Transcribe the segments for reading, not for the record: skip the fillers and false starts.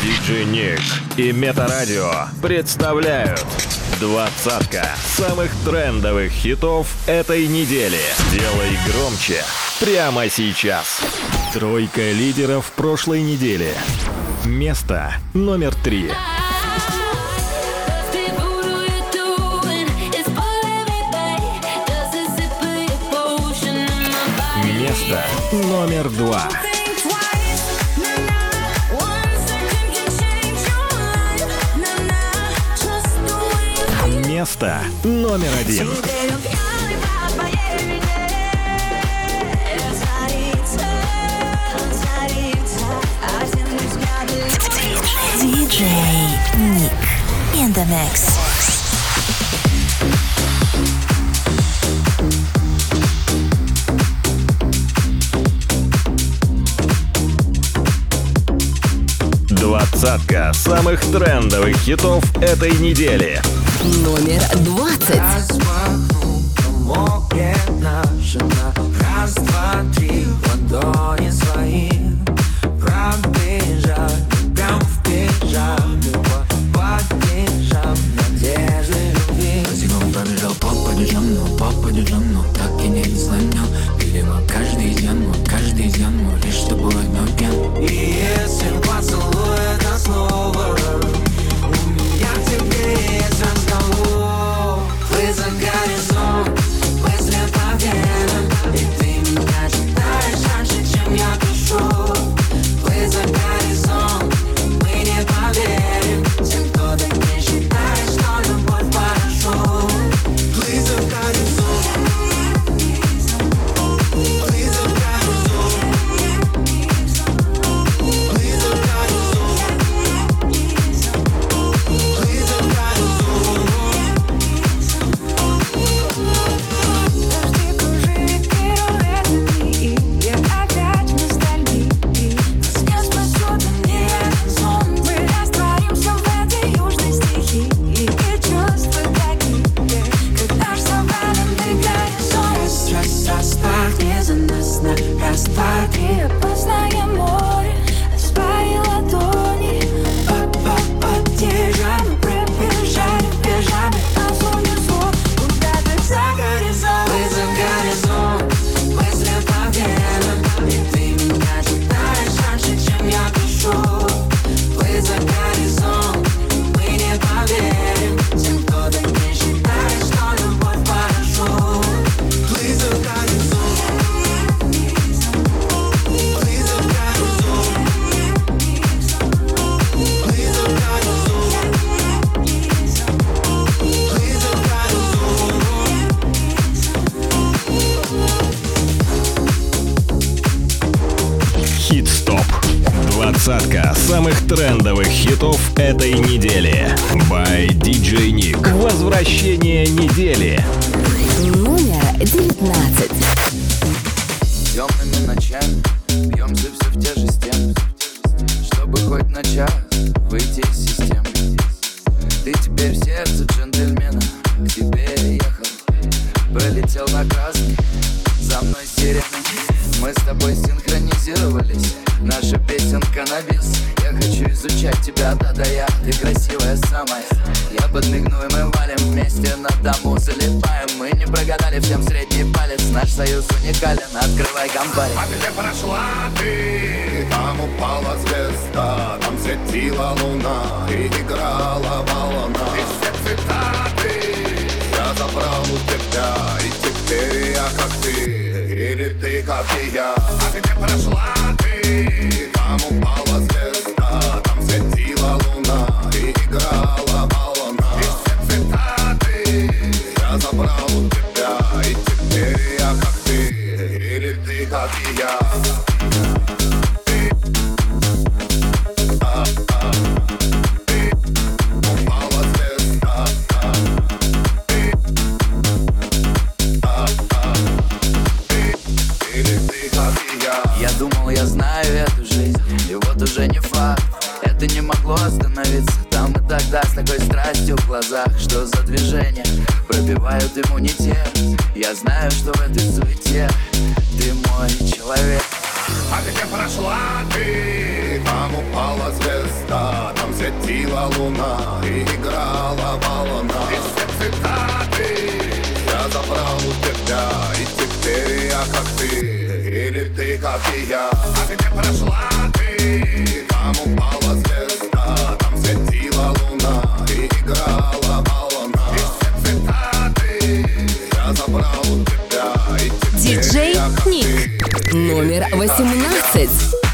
Диджей Ник и Метарадио представляют двадцатка самых трендовых хитов этой недели. Делай громче прямо сейчас. Тройка лидеров прошлой недели. Место номер 3. Место номер 2. Место номер 1. Диджей Ник in the mix. Двадцатка самых трендовых хитов этой недели. Номер 20. Раз, два, три, ладони свои пробежали, прям в пижаме, побежав надежды любви. Босиком пробежал по падежам, но так и не сломил. Видимо, каждый изъян мой, лишь чтобы возьмем пен. И если поцелуй это слово, у меня к тебе есть разговор. Плыть за горизонт, мысли по венам, и ты меня читаешь раньше, чем я пишу. Плыть за горизонт, мы не поверим тем, кто так не считает, что любовь хорошо. Плыть за горизонт, плыть за горизонт, плыть за горизонт, плыть за горизонт. Дожди, кружевики, рулетки, и я опять в ностальгии. Нас не спасет ни один сон. Мы растворимся в этой южной стихии. И чувства такие, когда ж завалим ты горизонт. Раз, оставьте за нас на раз, два, три. Опасное море, распари ладони. Поддержали, пробежали в пижаме. Нас унесло куда-то за горизонт. Плыть за горизонт, мысли по венам, и ты меня читаешь раньше, чем я пишу. Плыть за горизонт, мы не поверим тем, кто так не считает, что любовь хорошо. Плыть за горизонт, плыть за горизонт, плыть за горизонт, плыть за горизонт. Хит-стоп. Двадцатка самых трендовых хитов этой недели. By DJ Ник. Возвращение недели. Номер 19. Темными ночами бьемся все в те же стены, чтобы хоть на час выйти из системы. Ты теперь в сердце джентльмена, к тебе ехал, пролетел на красный, за мной сирена. Мы с тобой синхронизировались, наша песенка на бис. Я хочу изучать тебя, да-да, я, ты красивая самая. Я подмигну, и мы валим вместе на дому, залипаем. Мы не прогадали, всем средний палец, наш союз уникален, открывай компанию. А где прошла ты? Там упала звезда, там светила луна и играла волна. И все цитаты я забрал у тебя, и теперь я как ты, или ты как и я. А где прошла ты? Там упала звезда, там светила луна и играла волна. И все цитаты я забрал у тебя, и теперь я как ты, или ты как и я. Упала звезда, или ты как и я. Я думал, я знаю эту жизнь, и вот уже не факт. Это не могло остановиться. Там и тогда с такой страстью в глазах. Что за движение пробивают иммунитет. Я знаю, что в этой суете ты мой человек. А где прошла ты? Там упала звезда, светила луна и играла волна. И все цитаты я забрал у тебя, и теперь я как ты, или ты как и я. А где прошла ты? Там упала звезда, там светила луна и играла волна. И все цитаты я забрал у тебя, и теперь Диджей я как Ник, ты, номер 18.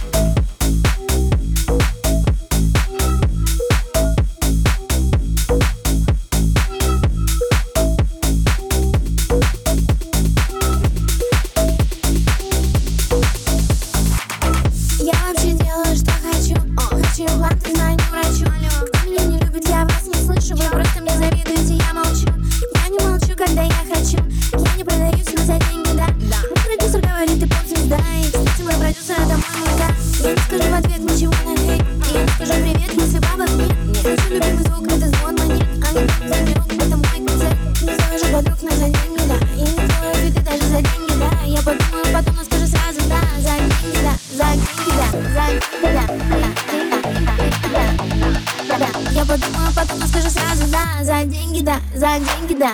Я подумаю, потом скажу сразу да, за деньги да, за деньги да.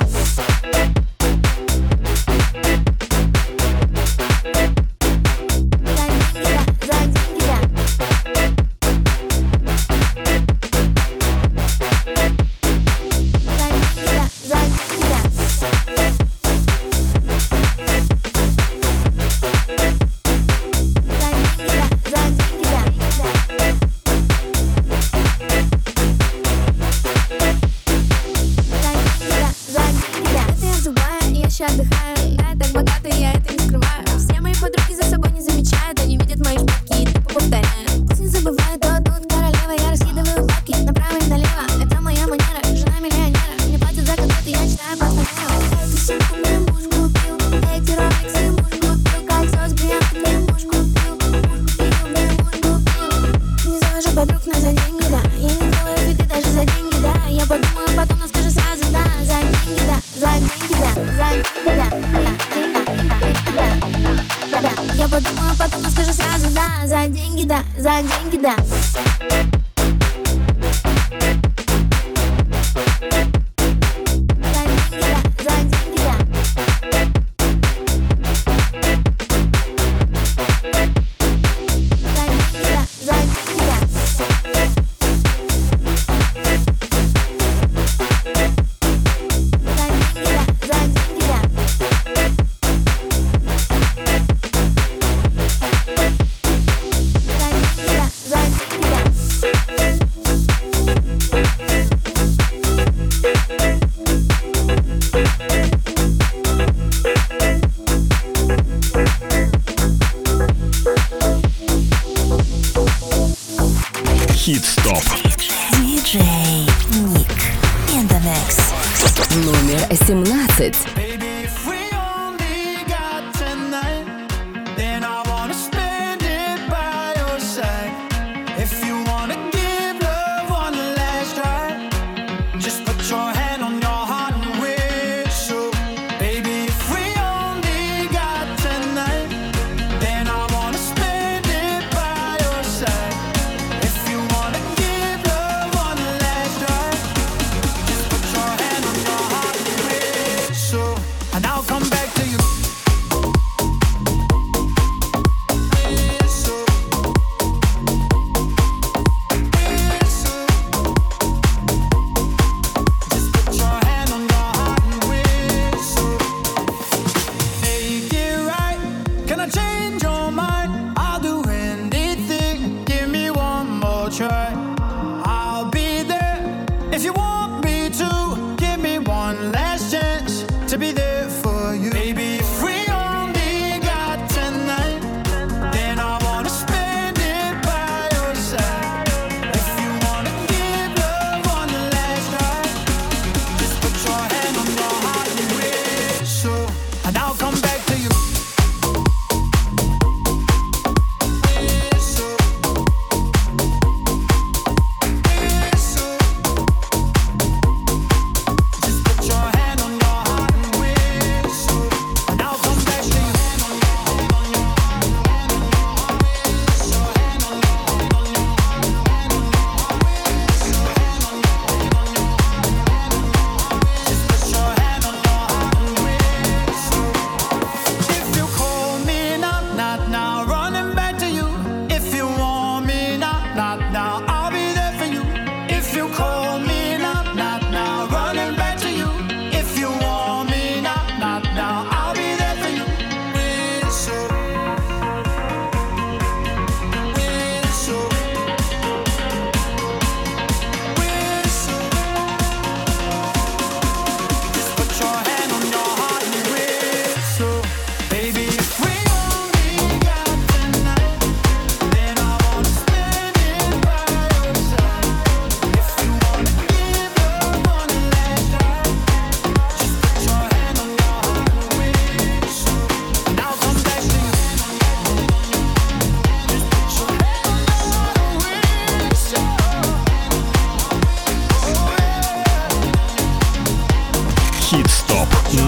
Отдыхаю, я так богата, я это не скрываю. Все мои подруги за собой не замечают, они видят мои шпаки и тупо повторяют. Пусть не забывают, то тут королева, я раскидываю бабки направо и налево. Это моя манера, жена миллионера. Мне платят за концерты, я читаю по фанерам. Эту сумку мне муж купил, эти роликсы муж купил, кольцо с бриллиантом мне муж купил, мне муж купил. Не завожу подруг, но за деньги да, я не делаю виды даже за деньги да. Я подумаю, потом, но скажу сразу да, за деньги да, за деньги да, за деньги да. Я подумаю, потом скажу сразу да, за деньги да, за деньги да. Хит-стоп. Диджей Ник in the mix. Номер 17.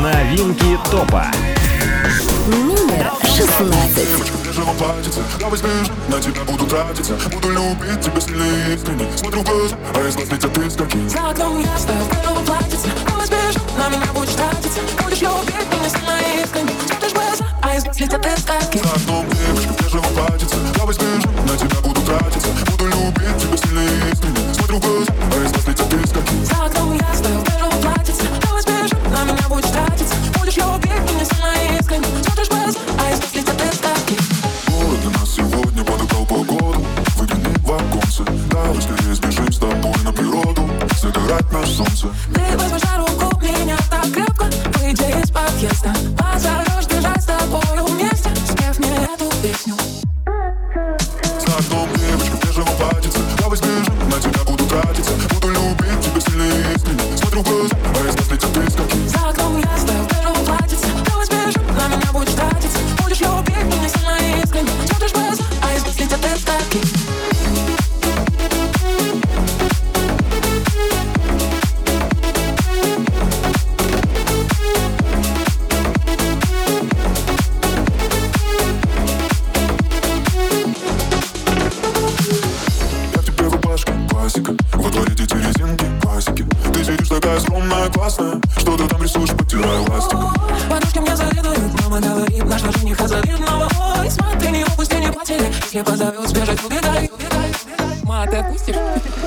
Новинки топа. Номер 16. Я возьмешь, на тебя буду тратиться. Буду любить тебя сильнее искренне. Смотрю в глаза, а из глаз летят искорки. За окном я стою в первом платьице. Возьмешь, на меня будешь тратиться. Будешь любить меня сильно искренне. Смотришь в глаза, а из глаз летят искорки. За окном девочка в бежевом платьице. Я возьмешь, на тебя буду тратиться. Буду любить тебя сильнее искренне. Смотрю в глаза, а из глаз летят искорки. За окном я стою в первом платьице. Возьмешь, на меня будешь тратиться. Будешь любить меня сильно искренне. Смотришь в глаза, а из глаз летят искорки. Город для нас сегодня подыграл погоду. Выгляни в оконце. Давай скорее сбежим с тобой на природу. Загорать на солнце. Ты возьмешь за руку меня так крепко. Выйди из подъезда. Позовешь бежать с тобою вместе. Спев мне эту песню. За окном девочка в бежевом платьице. Я возьмешь, на тебя буду тратиться. Буду любить тебя сильнее искренне. Смотрю в глаза, а из глаз летят искорки. За окном я стою в первом платьице. Ты возьмешь, на меня будешь тратиться. Будешь любить меня сильно искренне. Смотришь в глаза, а из глаз летят искорки. Во дворе дети резинки, классики. Ты сидишь такая скромная, классная. Что ты там рисуешь, подтирая ластик. Подружки мне завидуют. Мама говорит, наш жених завидного. Ой, смотри, не упусти, не потери. Если позовет сбежать, убегай. Ма, ты отпустишь?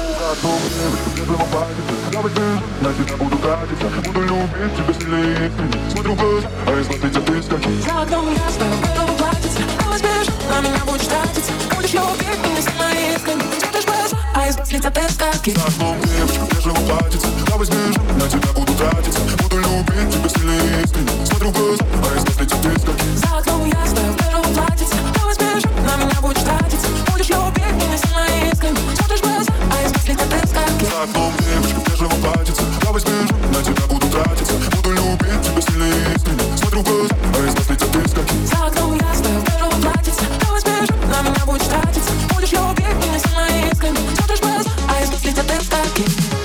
Я возьмешь, на тебя буду тратиться. Буду любить тебя сильнее искренне. Смотрю в глаза, а из глаз летят искорки. За окном я стою в первом платьице. Ты возьмешь, на меня будешь тратиться. Будешь любить меня сильно искренне. Смотришь в глаза, а из глаз летят искорки. За окном девочка в бежевом платьице. Я возьмешь, на тебя буду тратиться. Буду любить тебя сильнее искренне. Смотрю в глаза, а из глаз летят искорки. За окном я стою в первом платьице. Ты возьмешь, на меня будешь тратиться. Будешь любить меня сильно искренне. Смотришь в глаза, а из глаз летят искорки. За окном девочка в бежевом платьице. Я возьмешь, на тебя буду тратиться. Буду любить тебя сильнее искренне. Смотрю в глаза, а из глаз летят искорки. За окном я стою в первом платьице. Ты возьмешь, на меня будешь тратиться. Будешь любить меня сильно искренне. Смотришь в глаза, а из глаз летят искорки.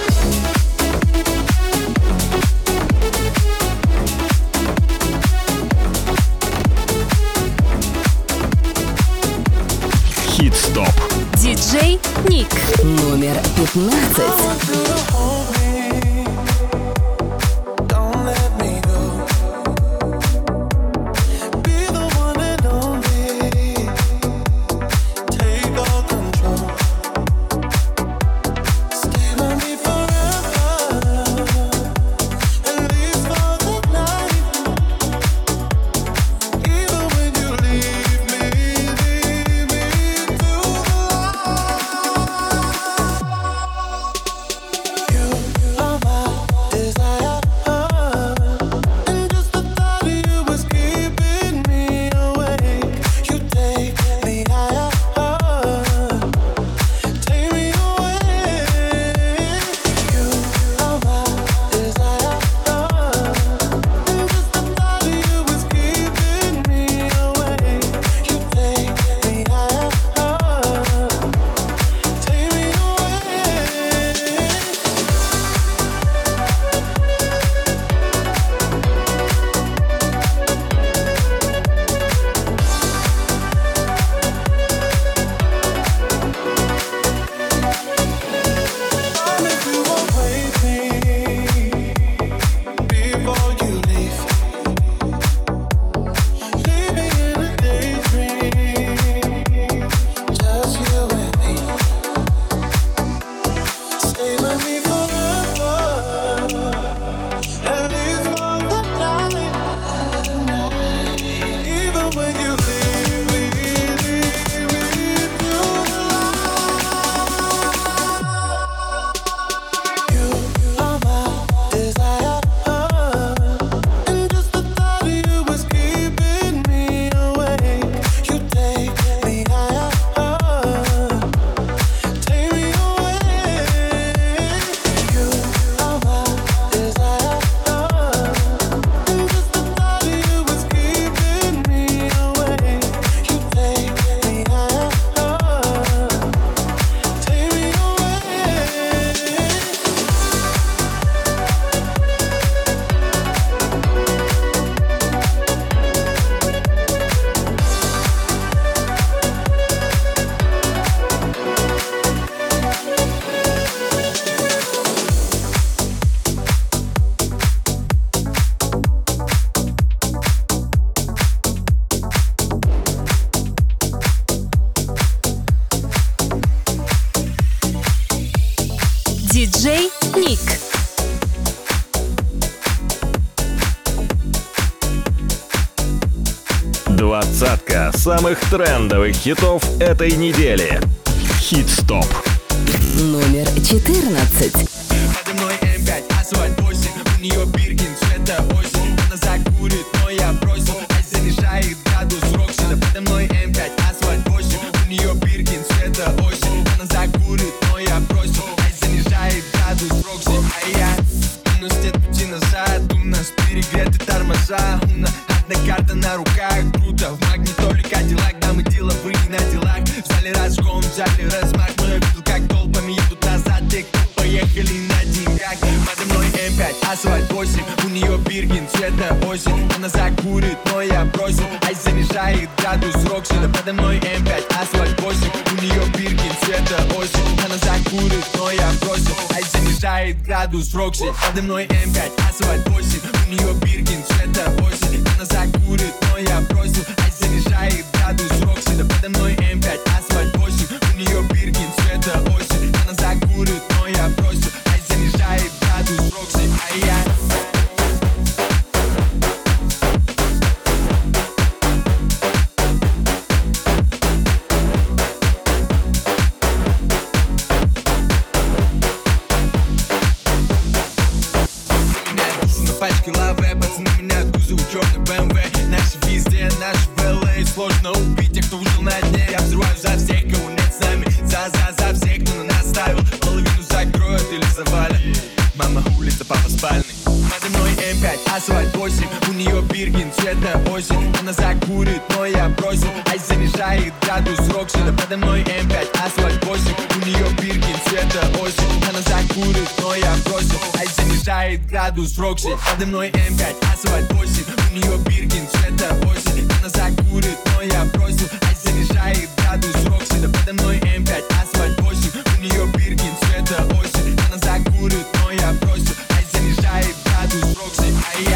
Хит-стоп. Диджей Ник. Номер 15. You Диджей Ник. Двадцатка самых трендовых хитов этой недели. Хит-стоп. Номер 14. Подо мной М5, асфальт 8. У нее Биркин, цвета осень. Она закурит, но я бросил. Ай, занижает градус Роксида. Подо мной М5, асфальт 8. У нее Биркин, цвета осень. Она закурит, но я бросил. Ай, занижает градус Рокси. А я минус нет пути назад. У нас перегреты тормоза. Одна карта на руках, круто. В магнитоле Кадиллак, да мы деловые на делах. В зале разгон, в зале размах. Но я видел, как толпами едут назад. Те, кто поехали на деньгах. Подо мной М5, асфальт 8. У нее Биркин, цвета осень. Она закурит, но я бросил. Ай, занижает градус Роксида. Подо мной М5, асфальт 8. У нее Биркин, цвета осень. Она закурит, но я бросил. Ай, занижает градус Рокси. Подо мной М5, асфальт 8. У нее Биркин, цвета осень. Она закурит, но я бросил. Ай, занижает градус Роксида. Подо мной М5, асфальт 8. У нее Биркин, цвета осень. Она закурит, но я бросил. Ай, занижает градус Рокси. А я пачки лавы, пацаны меня кузов, черный БМВ. Наши везде, наши в ЛА. Сложно убить тех, кто выжил на дне. Я взрываю за всех, кого нет с нами. За всех, кто на нас ставил. Половину закроют или завалят. Мама улица, папа спальный. Подо мной М5, асфальт 8. У нее Биркин, цвета осень. Она закурит, но я бросил. Ай, занижает градус Роксида. Подо мной М5, асфальт 8. У нее Биркин, цвета осень. Она закурит, но я бросил. Ай, занижает градус Рокси. Подо мной М5, асфальт 8. У нее Биркин, цвета осень. Она закурит, но я бросил. Ай, занижает градус Роксида. Подо мной М5, асфальт 8. У нее Биркин, цвета осень. Она закурит, но я бросил. Ай, занижает градус Рокси. А я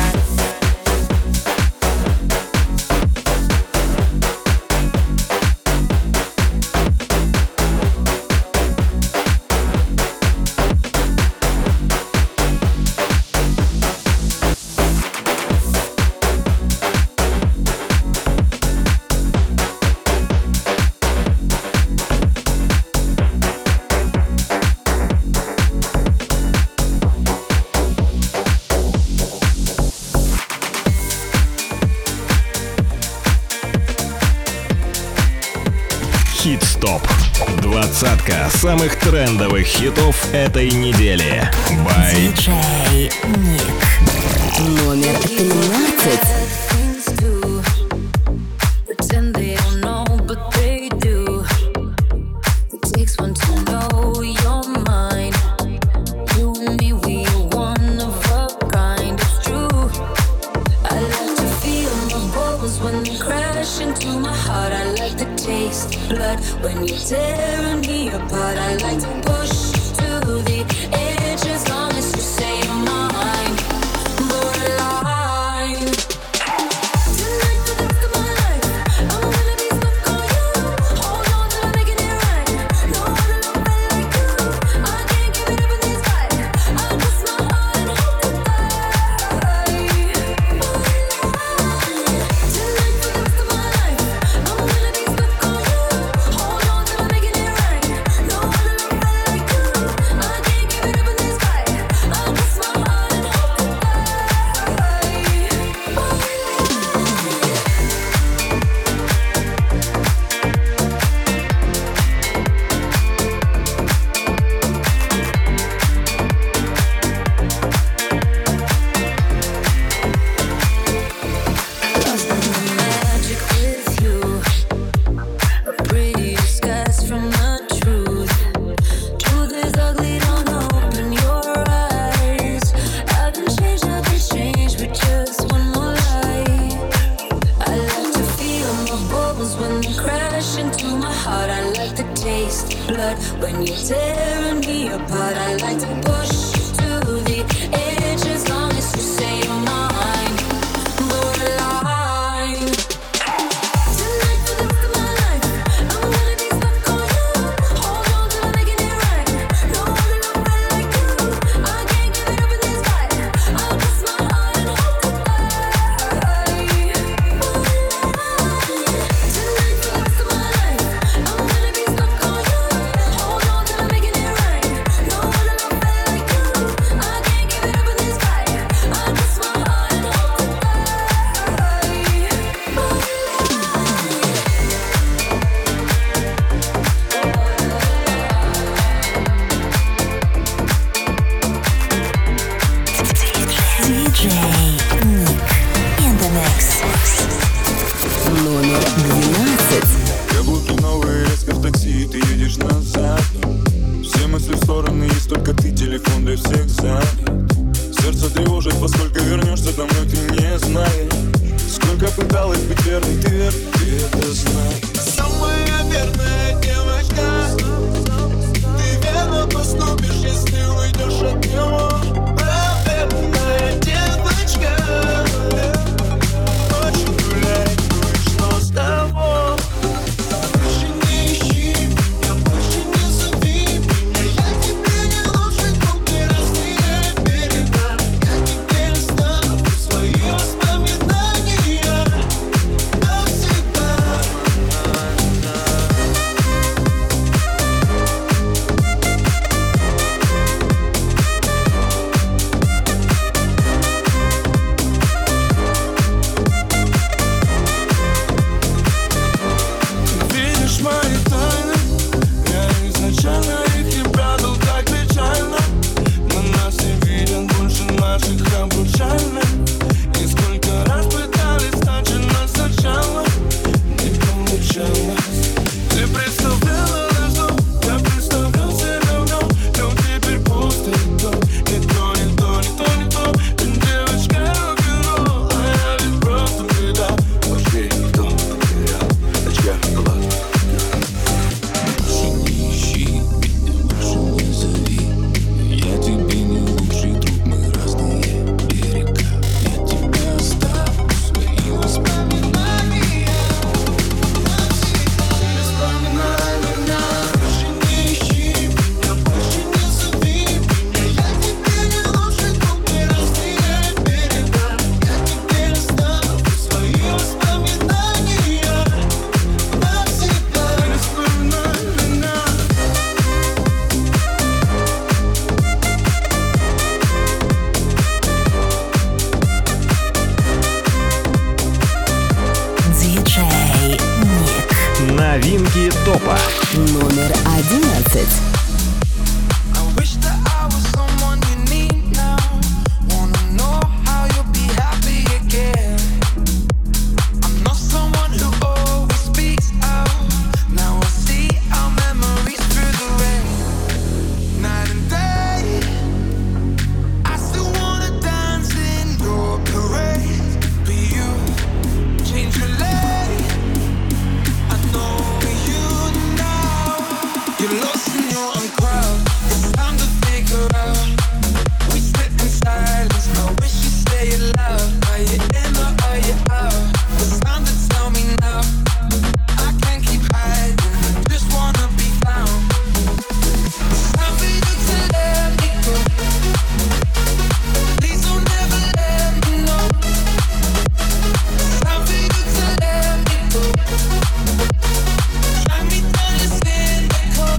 Хит-стоп. Двадцатка самых трендовых хитов этой недели. By Диджей Ник. Номер 13. Pretend they don't know, but they do. It takes one to know your mind. You and me, we are one of a kind. It's true. I like to feel my bones when they crash into my heart. I like the taste blood when you're tearing me apart. I like to push to the edge as long as you say you're mine. Borderline. Tonight for the rest of my life, I'm gonna be stuck on you. Hold on till I'm making it right. No other love felt like you. I can't give it up in this fight. I'll cross my heart and hope to die. Tonight for the rest of my life, I'm gonna be stuck on you. Hold on till I'm making it right. No other love felt like you. I can't give it up in this fight. I'll cross my heart and hope to die. Lost in the magic with you. A pretty disguise from the truth. Truth is ugly, don't open your eyes. I've been changed with just one more lie. I like to feel my bones when they crash into my heart. I like the taste blood when you're tearing me apart. I like to push to the edge as long as you say you're mine. Borderline. Tonight for the rest of my life, I'm gonna be stuck on you. Hold on till I'm making it right. No other love felt like you. назад. Все мысли в стороны, есть только ты, телефон для всех занят. Сердце тревожит, поскольку вернешься домой, ты не знаешь. Сколько пыталась быть верной, ты верна, ты это знаешь. Самая верная девочка, ты верно поступишь, если уйдешь от него. Правильная девочка, очень гуляет, ну и что с того? Больше не ищи, я больше не зови меня. Я тебе не лучший друг, ты разные берега. Я тебе оставлю свои воспоминания навсегда. Видишь мои тайны, я изначально их не прятал так печально. Но нас не виден больше наших обручальных. И сколько раз пытались начинать сначала, не получалось. Ты представляла наш дом, я представлял себя в нем. Но теперь пусто и то, не то, не то, не то, не то. Ты девочка рок-н-ролл, а я ведь просто беда. Почти никто потерял очка глаз. Больше не ищи меня, больше не зови. Я тебе не лучший друг, мы разные берега. Я тебе оставлю свои воспоминания навсегда. Воспоминания. Больше не ищи меня, больше не зови меня. Я тебе не лучший друг, мы разные берега. Я тебе оставлю свои воспоминания навсегда. Воспоминания. Диджей Ник. Новинки топа. Номер 11. I wish that I was someone you need now. Wanna know how you'll be happy again. I'm not someone who always speaks out. Now I see our memories through the rain. Night and day, I still wanna dance in your parade. But you change your lane. I know you now. You're lost in your own crowd. It's time to figure out. We sit in silence. I wish you say it loud. Are you in or are you out? It's time to tell me now. I can't keep hiding. I just wanna be found. It's time for you to let me go. Please don't ever let me know. It's time for you to let me go. Drag me down your cynical.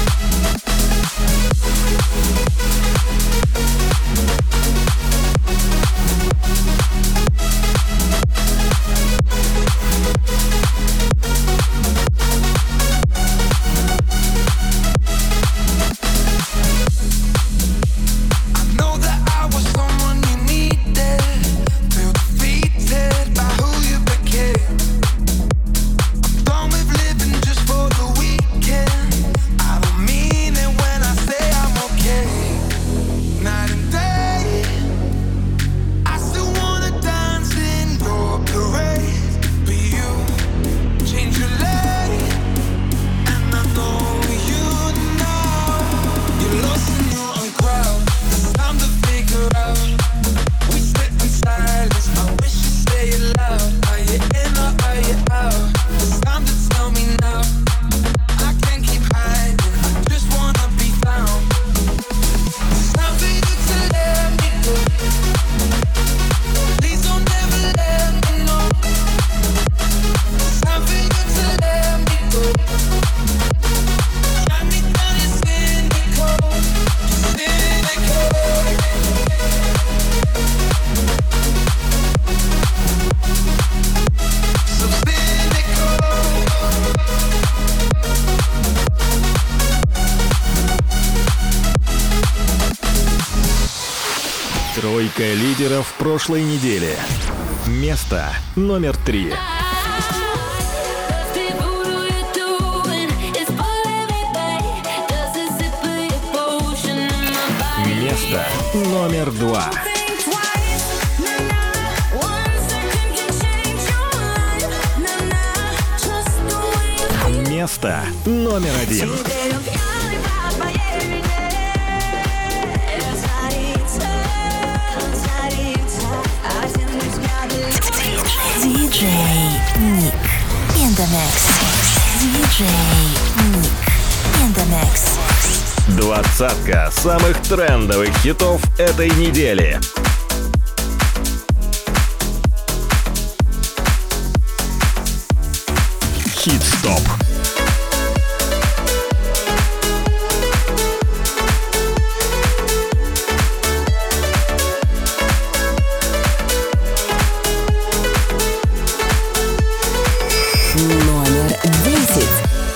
I know that I was someone you needed. Feel defeated by who you became. I'm done with living just for the weekend. I don't mean it when I say I'm okay. Night and day, I still wanna dance in your parade. But you change your lane, and I know you now. You're lost in your own crowd. It's time to figure out. We sit in silence. I wish you say it loud. Are you in or are you out? It's time to tell me now. I can't keep hiding. I just wanna be found. It's time for you to let me go. Please don't ever let me know. It's time for you to let me go. Drag me down your cynical, cynical. So cynical. Тройка лидеров прошлой недели. Место номер 3. Ты буду you doing is pulling me back. Место номер 2. Место номер 1. DJ Nick in the mix. DJ Nick in the mix. Двадцатка самых трендовых хитов этой недели. Хит-стоп. Номер 10.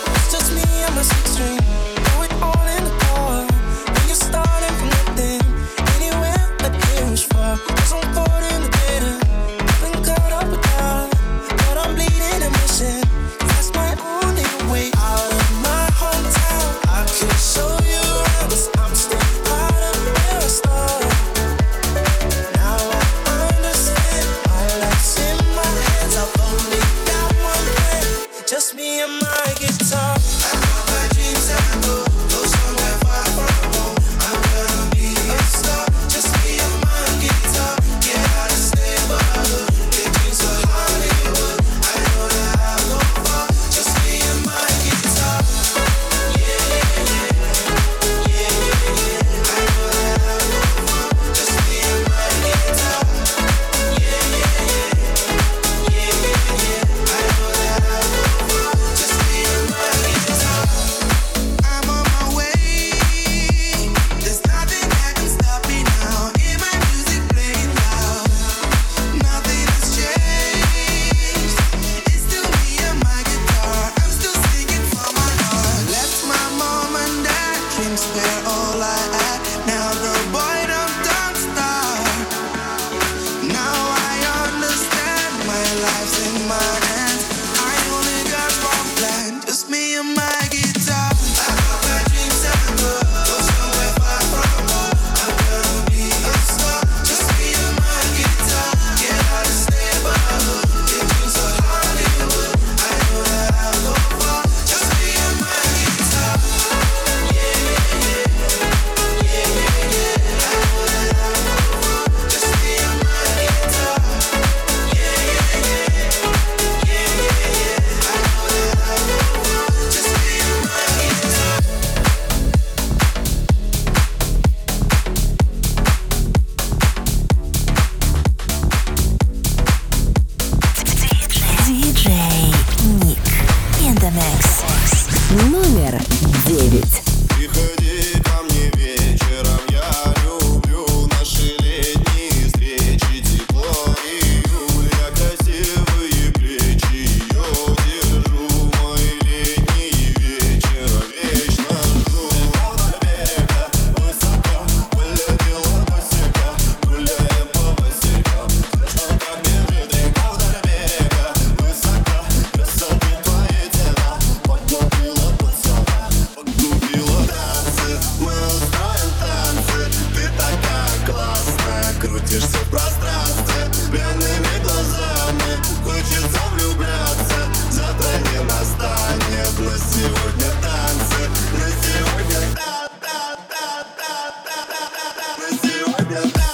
Номер 9. Приходи ко мне вечером, я люблю наши летние встречи, тепло июля, красивые плечи, ее держу, мои летние вечера, вечно жду. До берега высоко, полетела босика, гуляем по босикам, слышно, как бежит река. До берега высоко, красоты твоей цена, погубила пацана, погубила танцы. Мы устроим танцы, ты такая классная, крутишься в пространстве, пьяными глазами, хочется влюбляться, завтра не настанет, но сегодня танцы, на сегодня на сегодня танцы.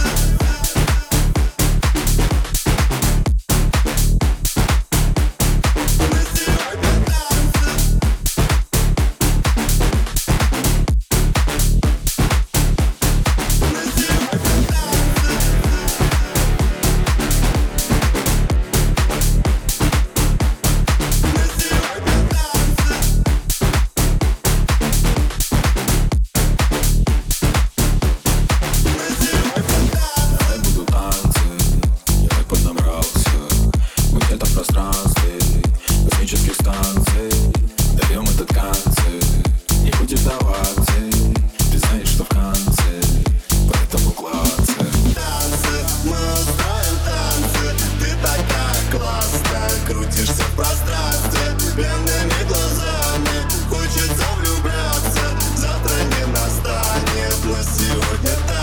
Крутишься в пространстве, пьяными глазами, хочется влюбляться, завтра не настанет, но сегодня так.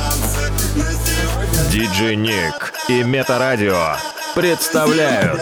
Диджей Ник и Метарадио представляют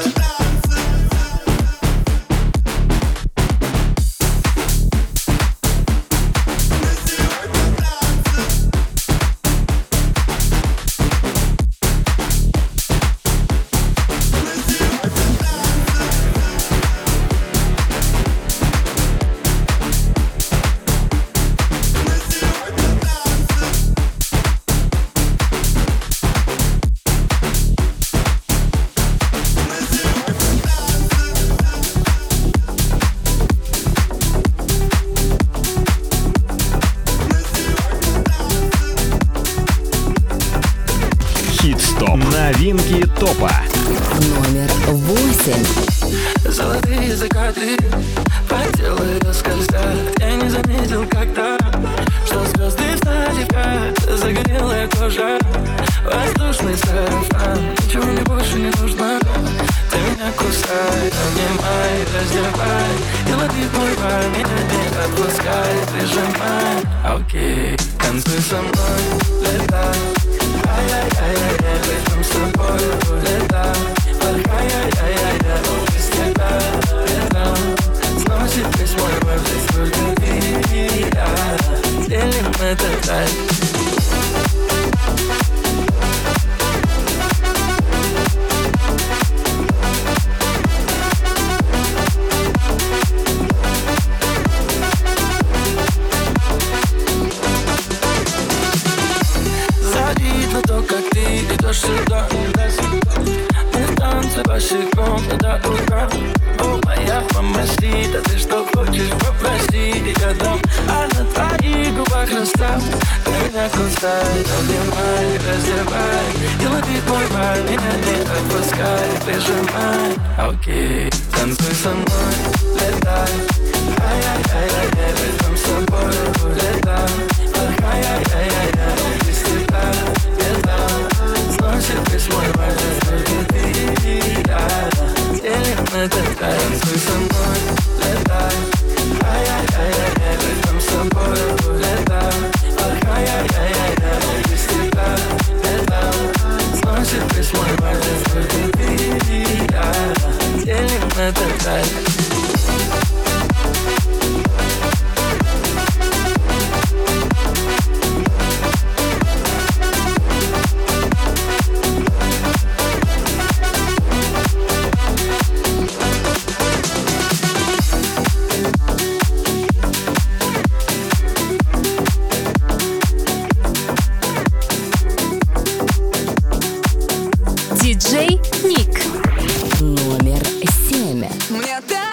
Хит-стоп. Новинки топа. Номер 8. Золотые закаты по телу ее скользят. Я не заметил когда, что звезды в тебя, загорелая кожа, воздушный сарафан. Ничего мне больше не нужно. Ты меня кусай, обнимай, раздевай и лови мой пар, меня не отпускай, прижимай. Окей, танцуй со мной, летай. Ай-яй-яй-яй, пойдем с тобой, летай. Ай-яй-яй-яй, без тебя летам. Сносит весь мой мир, здесь только ты и я. Делим этот кайф. Завидно то, как ты идешь сюда. Мы в танце босиком до утра. О, моя мамасита, ты что хочешь, попроси, я дам. А на твоих губах расстав. Ты меня кусай, обнимай, раздевай и лови мой пар, меня не отпускай, прижимай. Окей, танцуй со мной, летай. Ай-яй-яй-яй, пойдем с тобой, летай. Ай-яй-яй-яй, без тебя летам. Сносит весь мой мир, только ты и я. Делим этот кайф. Танцуй со мной, летай. Ай-яй-яй-яй, пойдем с тобой, летай. Ай-яй-яй-яй, без тебя летам. Сносит весь мой мир, только ты и я. Делим этот кайф. Диджей Ник. Номер 7. Мне так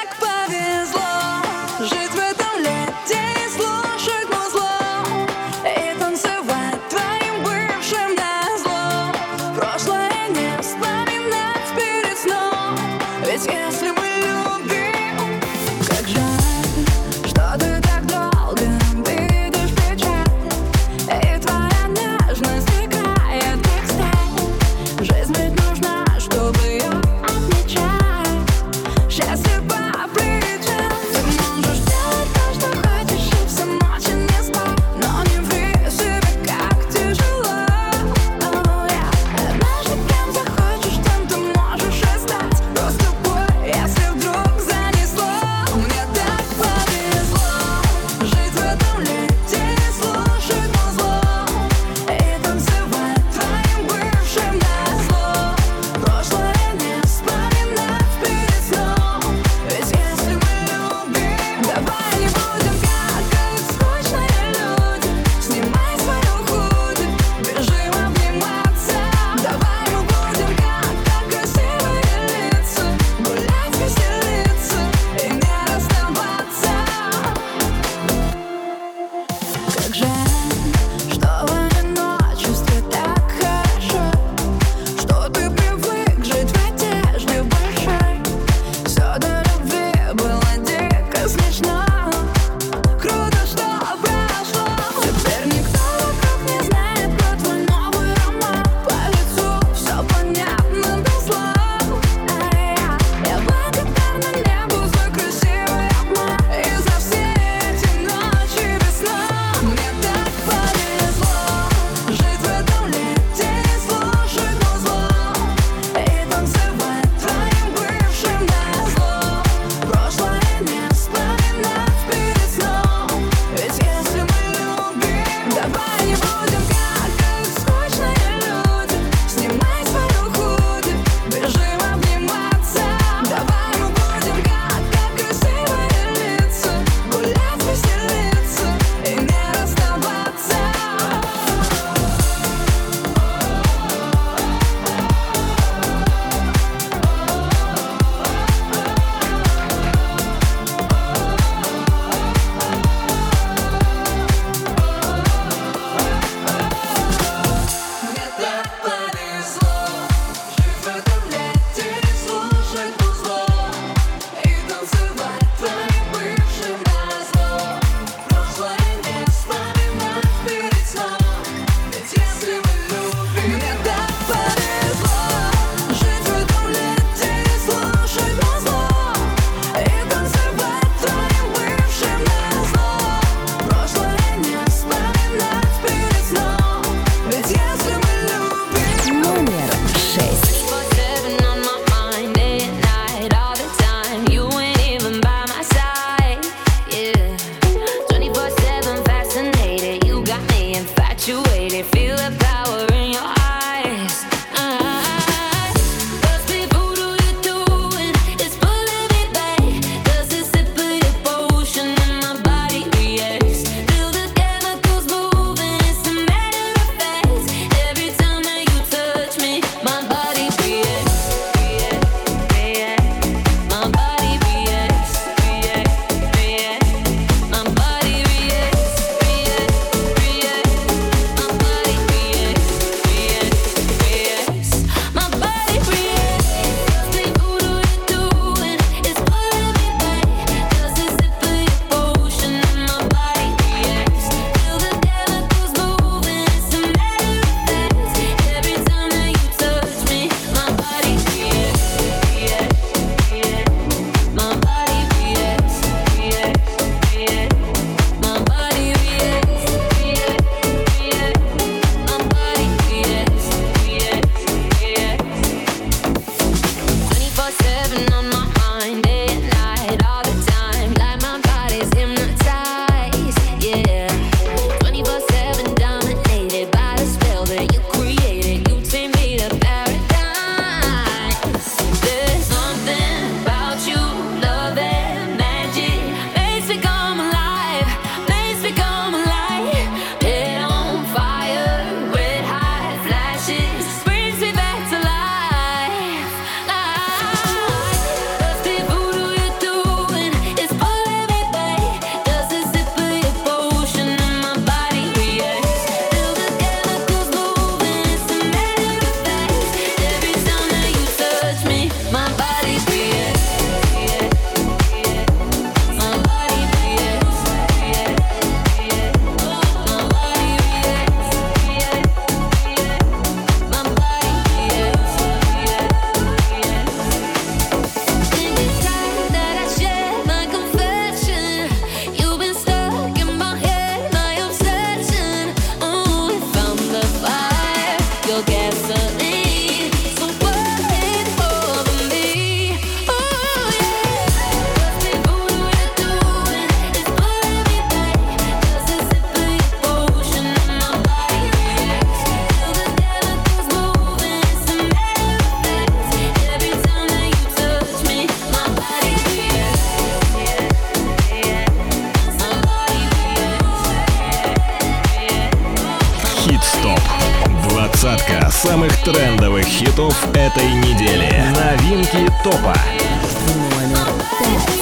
Хит-стоп. Двадцатка самых трендовых хитов этой недели. Новинки топа. Номер 5.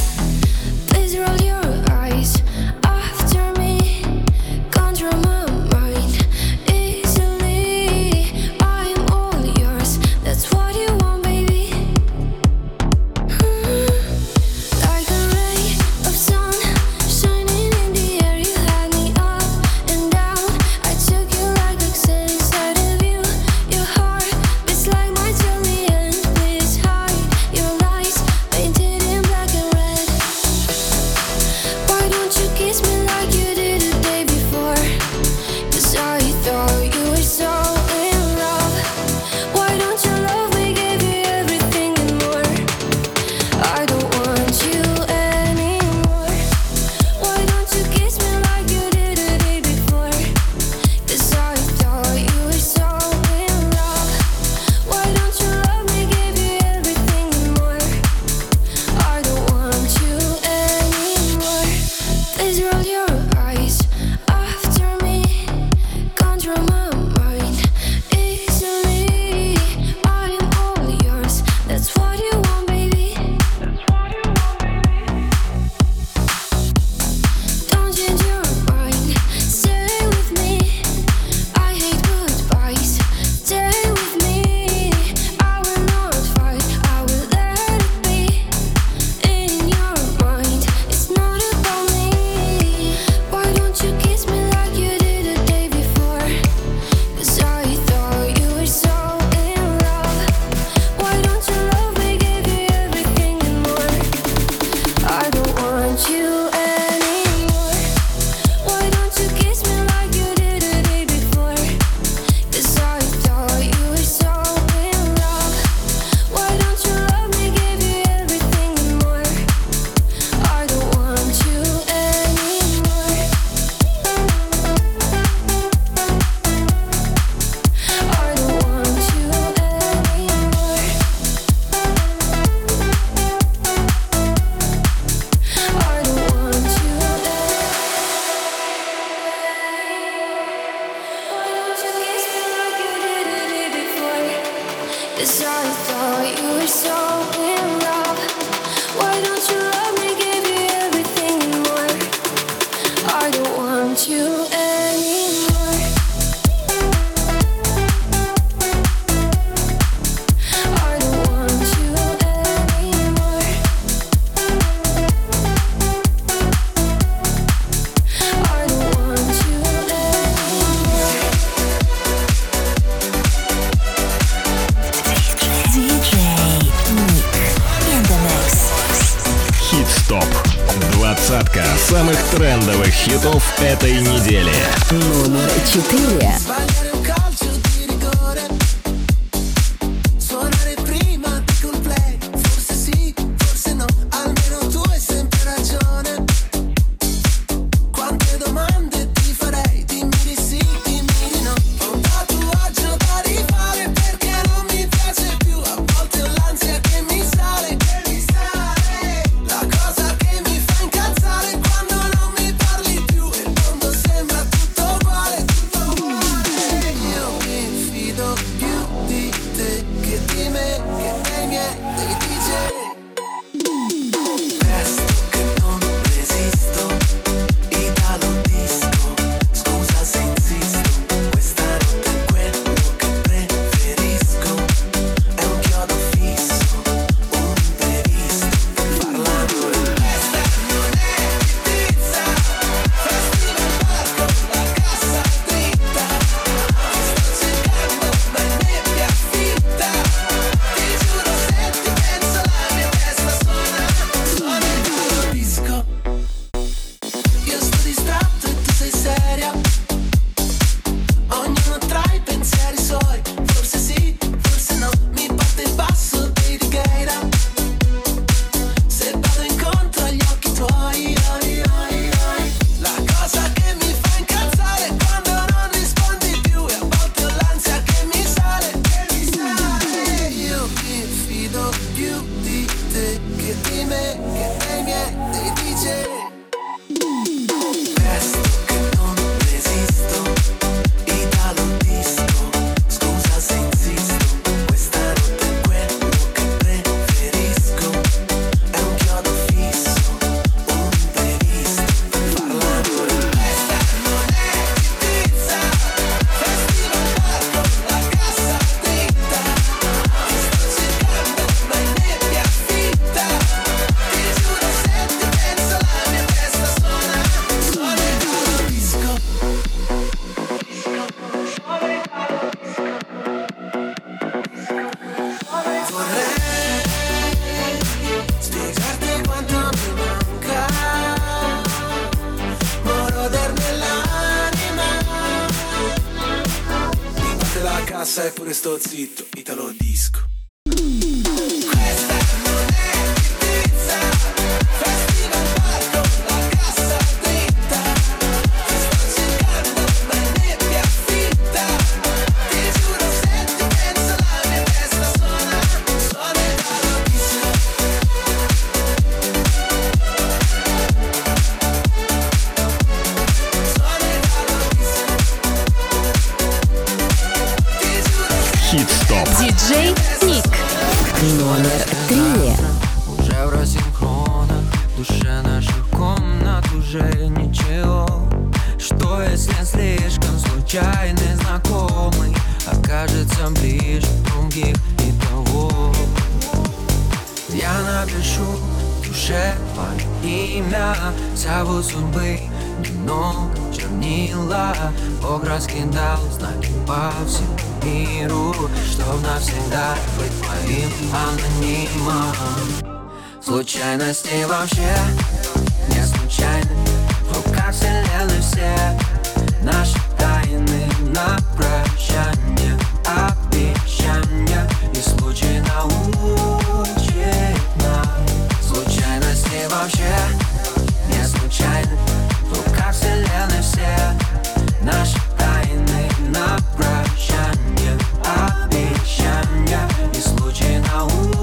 Двадцатка самых трендовых хитов этой недели. Номер 4. sai pure sto zitto, italo disco. Диджей Ник. Номер 3. Уже в рассинхронах, в душе наших комнат уже ничего. Что если слишком случайный знакомый окажется ближе других и того? Я напишу в душе твое имя, зовут судьбы немного чернила. Бог раскидал знаки по всему миру, чтоб навсегда быть твоим анонимом. Случайности вообще не случайны, в руках вселенной все наши тайны на прощание, обещания и случай научит нас. Случайности вообще не случайны, в руках вселенной все наши тайны на прощание, обещания и случай научит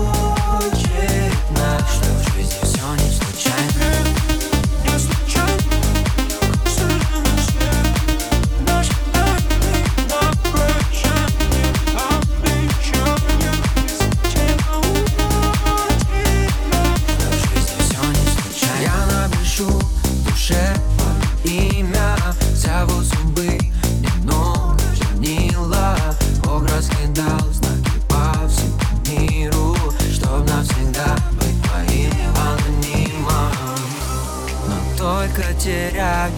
нас, что в жизни все не случайно. Не случайно, вселенной все наши тайны на прощание, обещания и случай научит нас, что в жизни все не случайно. Я напишу в душе имя, зовут судьбы немного чернила. Бог раскидал знаки по всему миру, чтоб навсегда быть твоим анонимом. Но только теряя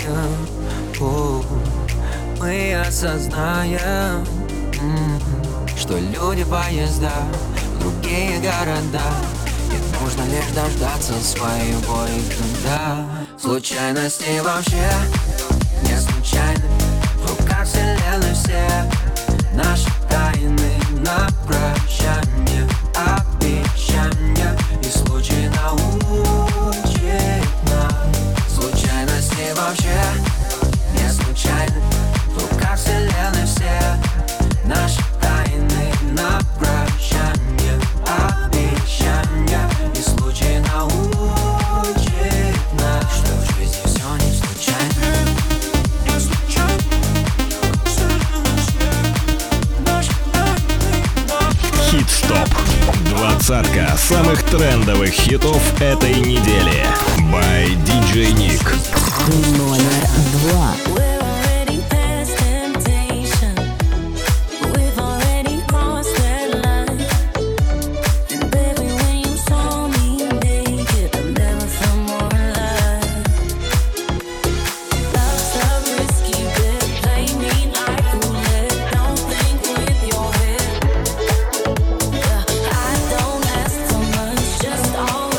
мы осознаем, что люди поезда в другие города. И нужно лишь дождаться своего и туда. Случайности вообще не случайны, в руках вселенной все наши тайны на прощание, обещания и случай научит нас. Случайности вообще не случайны, в руках вселенной все наши тайны на прощание, обещания и случай научит нас, что в жизни все не случайно. Не случайно, Хит-стоп. Двадцатка самых трендовых хитов этой недели. By DJ Nick. Номер 2.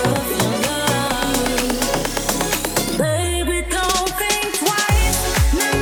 Baby, don't think twice.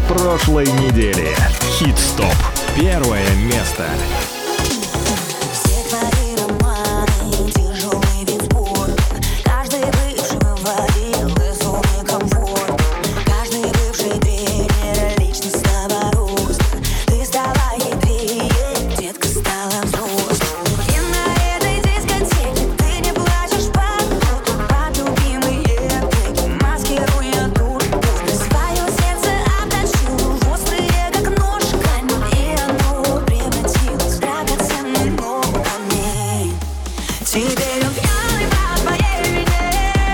прошлой недели. Хит-стоп. Первое место. Все твои романы, тяжелый вид спорта. Каждый бывший выводил из зоны комфорта. Каждый бывший тренер личностного роста. Ты стала хитрее, детка стала взрослой. И на этой дискотеке ты не плачешь под любимые треки, маскируя тут. Свое сердце отточил в острые, как нож, камень, и оно превратилось в драгоценный камень. Теперь он пьяный по твоей вине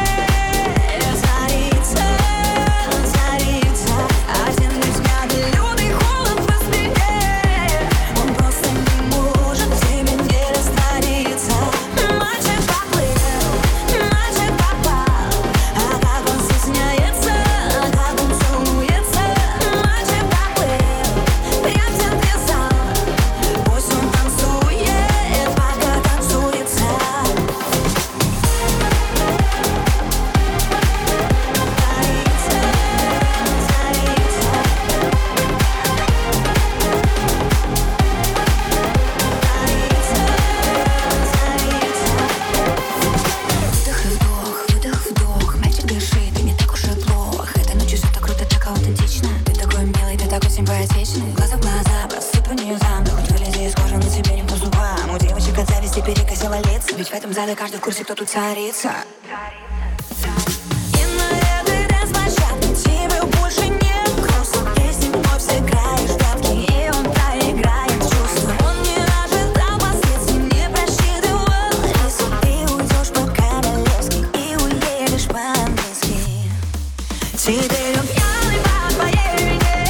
царица, царица. Один взгляд и лютый холод по спине. Он просто не может в тебе не раствориться. Мальчик поплыл, мальчик попал. А как он стесняется, а как он целуется. Мальчик поплыл, прям в центре зала. Пусть он танцует, пока танцуется. Выдох, вдох, мальчик дышит, и не так уж и плохо. Этой ночью все так круто, так аутентично. Ты такой милый, ты такой симпатичный. Глаза в глаза, посыпу низам. Да хоть вылези из кожи, но тебе не по зубам. У девочек от зависти перекосило лица. Ведь в этом зале каждый в курсе, кто тут царица. И на этой дэнс-площадке тебе больше нет грустно. Если вновь сыграешь в прятки, и он проиграет чувства. Он не ожидал последствий, не просчитывал риски. Ты уйдешь по-королевски и уедешь по-английски. Теперь он пьяный по твоей вине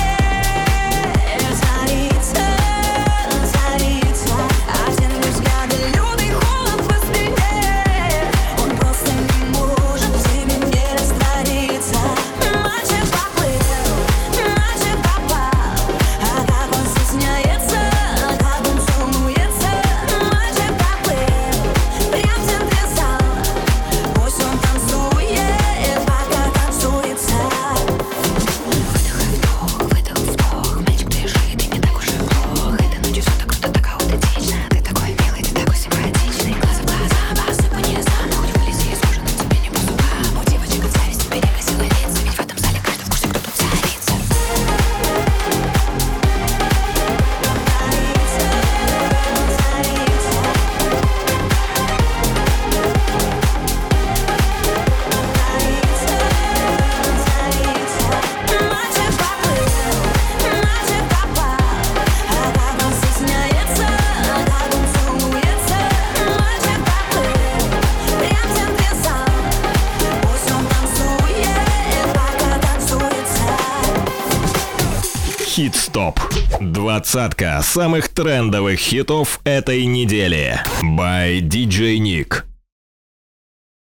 царица, царица. Один взгляд и лютый холод по спине. Он просто не может в тебе не раствориться. Мальчик поплыл, мальчик попал. А как он стесняется, а как он целуется. Мальчик поплыл, прям в центре зала. Пусть он танцует, пока танцуется. Выдох, вдох, мальчик дышит, и не так уж и плохо. Этой ночью все так круто, так аутентично. Ты такой милый, ты такой симпатичный. Глаза в глаза, посыпу низам. Хоть вылези из кожи, но тебе не по зубам. У девочек от зависти перекосило лица. Ведь в этом зале каждый в курсе, кто тут царица. Мальчик поплыл, мальчик попал. А как он стесняется, а как он целуется. Мальчик поплыл, прям в центре зала. Пусть он танцует, пока танцуется. Хит-стоп. Двадцатка самых трендовых хитов этой недели. By DJ Nick.